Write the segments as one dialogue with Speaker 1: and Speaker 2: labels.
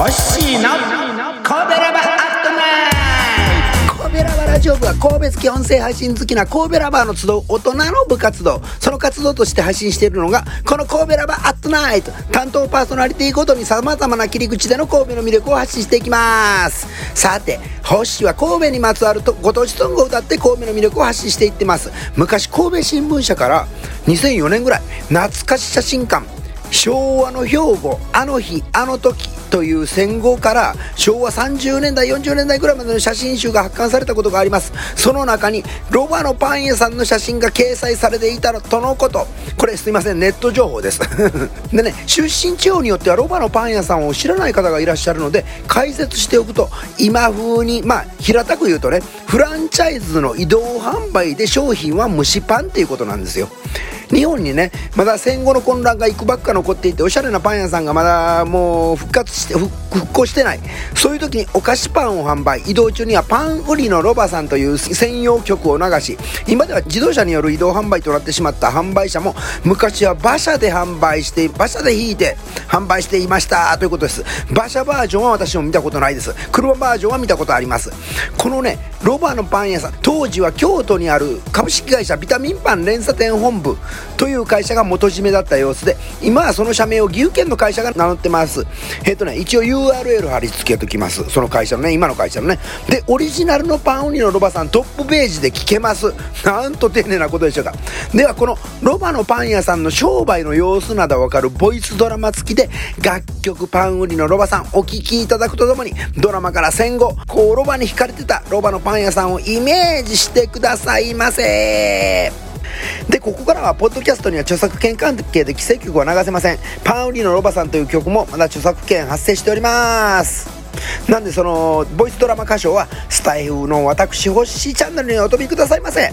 Speaker 1: ホッシーの神戸ラバーアットナイト。
Speaker 2: 神戸ラバラジオ部は神戸好き音声配信好きな神戸ラバーの集う大人の部活動、その活動として配信しているのがこの神戸ラバーアットナイト。担当パーソナリティごとに様々な切り口での神戸の魅力を発信していきます。さて、ホッシーは神戸にまつわるご当地ソングを歌って神戸の魅力を発信していってます。昔神戸新聞社から2004年ぐらい懐かし写真館昭和の兵庫あの日あの時という戦後から昭和30年代40年代ぐらいまでの写真集が発刊されたことがあります。その中にロバのパン屋さんの写真が掲載されていたとのこと。これすいません、ネット情報ですでね、出身地方によってはロバのパン屋さんを知らない方がいらっしゃるので解説しておくと、今風に平たく言うとね、フランチャイズの移動販売で商品は蒸しパンっていうことなんですよ。日本にね、まだ戦後の混乱がいくばっか残っていて、おしゃれなパン屋さんがまだもう復興してない。そういう時にお菓子パンを販売、移動中にはパン売りのロバさんという専用曲を流し、今では自動車による移動販売となってしまった販売車も、昔は馬車で引いて販売していましたということです。馬車バージョンは私も見たことないです。車バージョンは見たことあります。このね、ロバのパン屋さん、当時は京都にある株式会社ビタミンパン連鎖店本部という会社が元締めだった様子で、今はその社名を岐阜県の会社が名乗ってます。一応 URL 貼り付けときます。その会社のね、今の会社のね。で、オリジナルのパン売りのロバさんトップページで聞けます。なんと丁寧なことでしょうか。ではこのロバのパン屋さんの商売の様子などわかるボイスドラマ付きで、楽曲パン売りのロバさんお聞きいただくとともに、ドラマから戦後ロバに惹かれてたロバのパン屋さんをイメージしてくださいませ。で、ここからはポッドキャストには著作権関係で規制曲は流せません。パン売りのロバさんという曲もまだ著作権発生しております。なんでそのボイスドラマ歌唱はスタイフの私ホッシーチャンネルにお飛びくださいませ。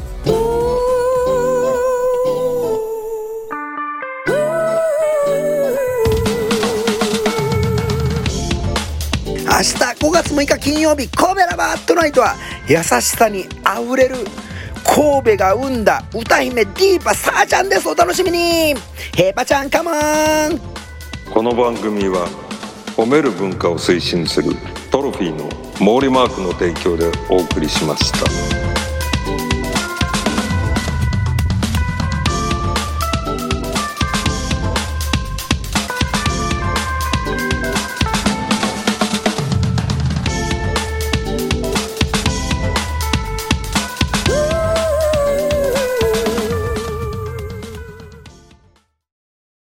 Speaker 2: 明日5月6日金曜日、神戸ラバーアットナイトは優しさにあふれる神戸が生んだ歌姫ディーパサーちゃんです。お楽しみに。ヘイパちゃんカモン。
Speaker 3: この番組は褒める文化を推進するトロフィーの毛利マークの提供でお送りしました。